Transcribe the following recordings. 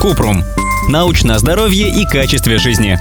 Купрум. Научное здоровье и качестве жизни.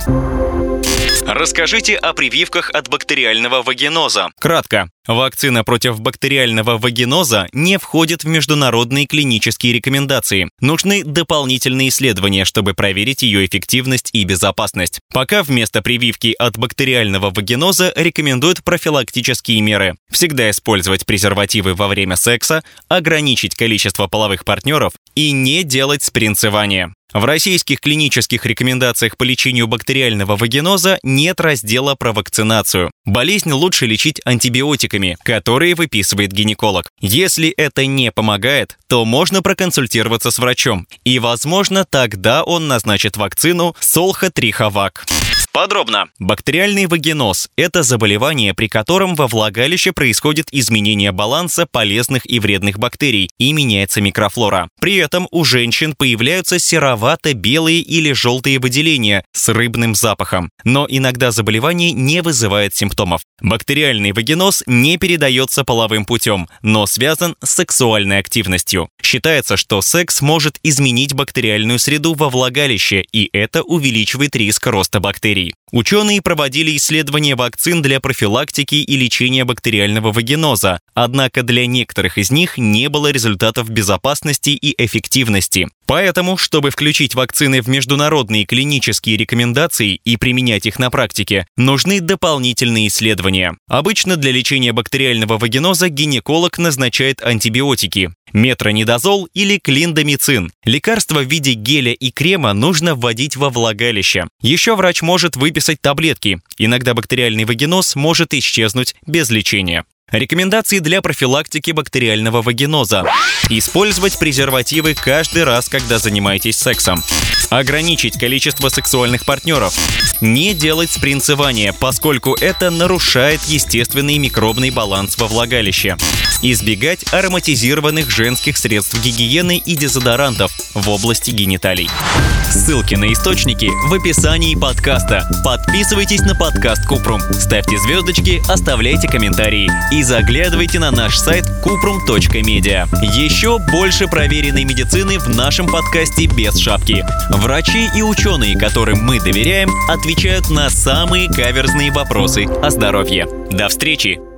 Расскажите о прививках от бактериального вагиноза. Кратко. Вакцина против бактериального вагиноза не входит в международные клинические рекомендации. Нужны дополнительные исследования, чтобы проверить ее эффективность и безопасность. Пока вместо прививки от бактериального вагиноза рекомендуют профилактические меры. Всегда использовать презервативы во время секса, ограничить количество половых партнеров и не делать спринцевания. В российских клинических рекомендациях по лечению бактериального вагиноза нет раздела про вакцинацию. Болезнь лучше лечить антибиотиками, которые выписывает гинеколог. Если это не помогает, то можно проконсультироваться с врачом. И, возможно, тогда он назначит вакцину Солха-Триховак. Подробно. Бактериальный вагиноз – это заболевание, при котором во влагалище происходит изменение баланса полезных и вредных бактерий и меняется микрофлора. При этом у женщин появляются серовато-белые или желтые выделения с рыбным запахом. Но иногда заболевание не вызывает симптомов. Бактериальный вагиноз не передается половым путем, но связан с сексуальной активностью. Считается, что секс может изменить бактериальную среду во влагалище, и это увеличивает риск роста бактерий. Ученые проводили исследования вакцин для профилактики и лечения бактериального вагиноза, однако для некоторых из них не было результатов безопасности и эффективности. Поэтому, чтобы включить вакцины в международные клинические рекомендации и применять их на практике, нужны дополнительные исследования. Обычно для лечения бактериального вагиноза гинеколог назначает антибиотики – метронидазол или клиндамицин. Лекарства в виде геля и крема нужно вводить во влагалище. Еще врач может выписать таблетки. Иногда бактериальный вагиноз может исчезнуть без лечения. Рекомендации для профилактики бактериального вагиноза. Использовать презервативы каждый раз, когда занимаетесь сексом. Ограничить количество сексуальных партнеров. Не делать спринцевания, поскольку это нарушает естественный микробный баланс во влагалище. Избегать ароматизированных женских средств гигиены и дезодорантов в области гениталий. Ссылки на источники в описании подкаста. Подписывайтесь на подкаст Купрум, ставьте звездочки, оставляйте комментарии и заглядывайте на наш сайт kuprum.media. Еще больше проверенной медицины в нашем подкасте без шапки. Врачи и ученые, которым мы доверяем, отвечают на самые каверзные вопросы о здоровье. До встречи!